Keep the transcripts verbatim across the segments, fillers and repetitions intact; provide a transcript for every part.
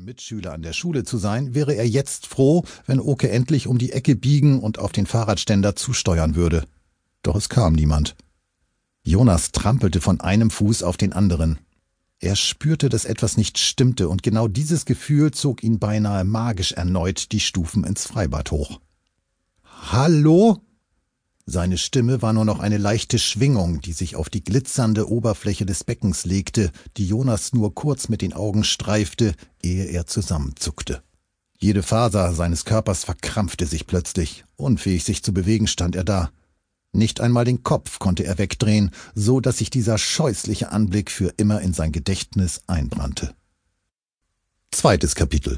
seinem Mitschüler an der Schule zu sein, wäre er jetzt froh, wenn Oke endlich um die Ecke biegen und auf den Fahrradständer zusteuern würde. Doch es kam niemand. Jonas trampelte von einem Fuß auf den anderen. Er spürte, dass etwas nicht stimmte, und genau dieses Gefühl zog ihn beinahe magisch erneut die Stufen ins Freibad hoch. »Hallo?« Seine Stimme war nur noch eine leichte Schwingung, die sich auf die glitzernde Oberfläche des Beckens legte, die Jonas nur kurz mit den Augen streifte, ehe er zusammenzuckte. Jede Faser seines Körpers verkrampfte sich plötzlich. Unfähig, sich zu bewegen, stand er da. Nicht einmal den Kopf konnte er wegdrehen, so dass sich dieser scheußliche Anblick für immer in sein Gedächtnis einbrannte. Zweites Kapitel.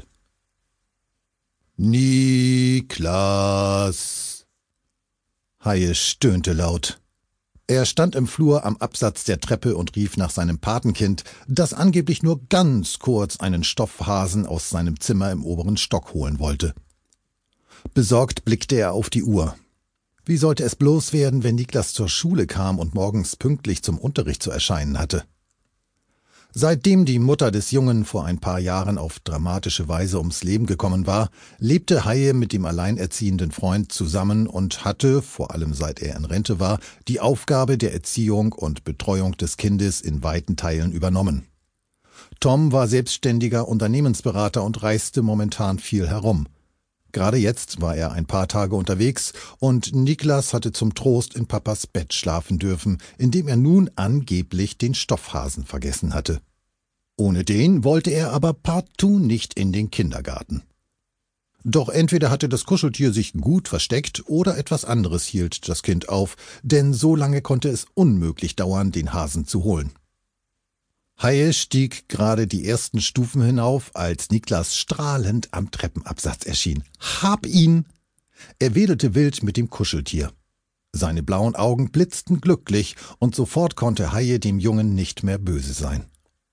»Niklas!« Haie stöhnte laut. Er stand im Flur am Absatz der Treppe und rief nach seinem Patenkind, das angeblich nur ganz kurz einen Stoffhasen aus seinem Zimmer im oberen Stock holen wollte. Besorgt blickte er auf die Uhr. Wie sollte es bloß werden, wenn Niklas zur Schule kam und morgens pünktlich zum Unterricht zu erscheinen hatte? Seitdem die Mutter des Jungen vor ein paar Jahren auf dramatische Weise ums Leben gekommen war, lebte Haie mit dem alleinerziehenden Freund zusammen und hatte, vor allem seit er in Rente war, die Aufgabe der Erziehung und Betreuung des Kindes in weiten Teilen übernommen. Tom war selbstständiger Unternehmensberater und reiste momentan viel herum. Gerade jetzt war er ein paar Tage unterwegs und Niklas hatte zum Trost in Papas Bett schlafen dürfen, in dem er nun angeblich den Stoffhasen vergessen hatte. Ohne den wollte er aber partout nicht in den Kindergarten. Doch entweder hatte das Kuscheltier sich gut versteckt oder etwas anderes hielt das Kind auf, denn so lange konnte es unmöglich dauern, den Hasen zu holen. Haie stieg gerade die ersten Stufen hinauf, als Niklas strahlend am Treppenabsatz erschien. »Hab ihn!« Er wedelte wild mit dem Kuscheltier. Seine blauen Augen blitzten glücklich, und sofort konnte Haie dem Jungen nicht mehr böse sein.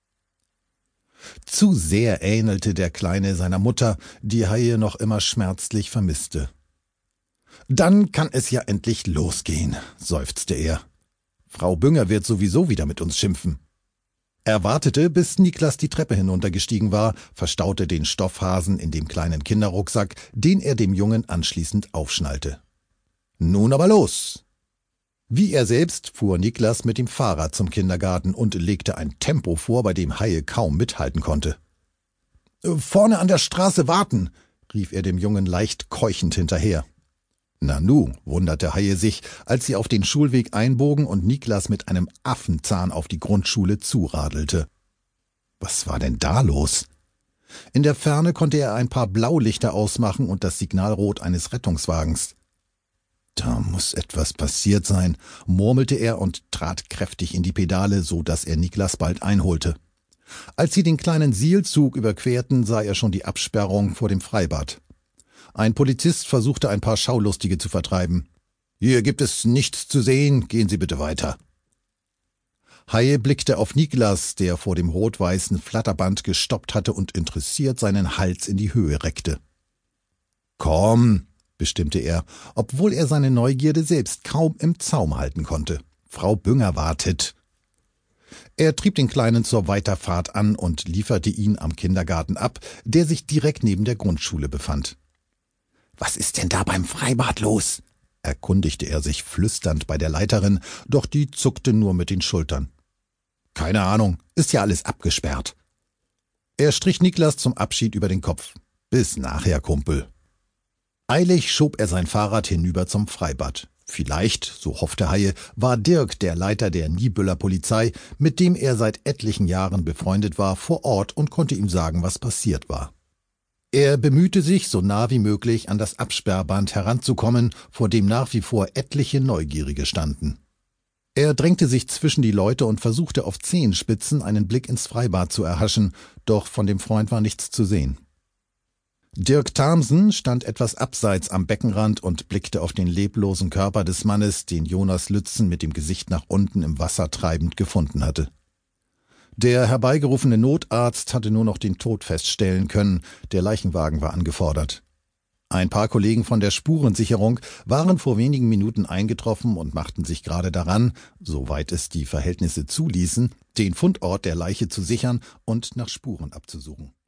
Zu sehr ähnelte der Kleine seiner Mutter, die Haie noch immer schmerzlich vermisste. »Dann kann es ja endlich losgehen«, seufzte er. »Frau Bünger wird sowieso wieder mit uns schimpfen.« Er wartete, bis Niklas die Treppe hinuntergestiegen war, verstaute den Stoffhasen in dem kleinen Kinderrucksack, den er dem Jungen anschließend aufschnallte. »Nun aber los!« Wie er selbst fuhr Niklas mit dem Fahrrad zum Kindergarten und legte ein Tempo vor, bei dem Haie kaum mithalten konnte. »Vorne an der Straße warten«, rief er dem Jungen leicht keuchend hinterher. Nanu, wunderte Haie sich, als sie auf den Schulweg einbogen und Niklas mit einem Affenzahn auf die Grundschule zuradelte. Was war denn da los? In der Ferne konnte er ein paar Blaulichter ausmachen und das Signalrot eines Rettungswagens. Da muss etwas passiert sein, murmelte er und trat kräftig in die Pedale, so dass er Niklas bald einholte. Als sie den kleinen Sihlzug überquerten, sah er schon die Absperrung vor dem Freibad. Ein Polizist versuchte, ein paar Schaulustige zu vertreiben. »Hier gibt es nichts zu sehen, gehen Sie bitte weiter.« Haie blickte auf Niklas, der vor dem rot-weißen Flatterband gestoppt hatte und interessiert seinen Hals in die Höhe reckte. »Komm«, bestimmte er, obwohl er seine Neugierde selbst kaum im Zaum halten konnte. »Frau Bünger wartet.« Er trieb den Kleinen zur Weiterfahrt an und lieferte ihn am Kindergarten ab, der sich direkt neben der Grundschule befand. »Was ist denn da beim Freibad los?« erkundigte er sich flüsternd bei der Leiterin, doch die zuckte nur mit den Schultern. »Keine Ahnung, ist ja alles abgesperrt.« Er strich Niklas zum Abschied über den Kopf. »Bis nachher, Kumpel.« Eilig schob er sein Fahrrad hinüber zum Freibad. Vielleicht, so hoffte Haie, war Dirk, der Leiter der Niebüller Polizei, mit dem er seit etlichen Jahren befreundet war, vor Ort und konnte ihm sagen, was passiert war. Er bemühte sich, so nah wie möglich an das Absperrband heranzukommen, vor dem nach wie vor etliche Neugierige standen. Er drängte sich zwischen die Leute und versuchte auf Zehenspitzen einen Blick ins Freibad zu erhaschen, doch von dem Freund war nichts zu sehen. Dirk Thamsen stand etwas abseits am Beckenrand und blickte auf den leblosen Körper des Mannes, den Jonas Lützen mit dem Gesicht nach unten im Wasser treibend gefunden hatte. Der herbeigerufene Notarzt hatte nur noch den Tod feststellen können, der Leichenwagen war angefordert. Ein paar Kollegen von der Spurensicherung waren vor wenigen Minuten eingetroffen und machten sich gerade daran, soweit es die Verhältnisse zuließen, den Fundort der Leiche zu sichern und nach Spuren abzusuchen.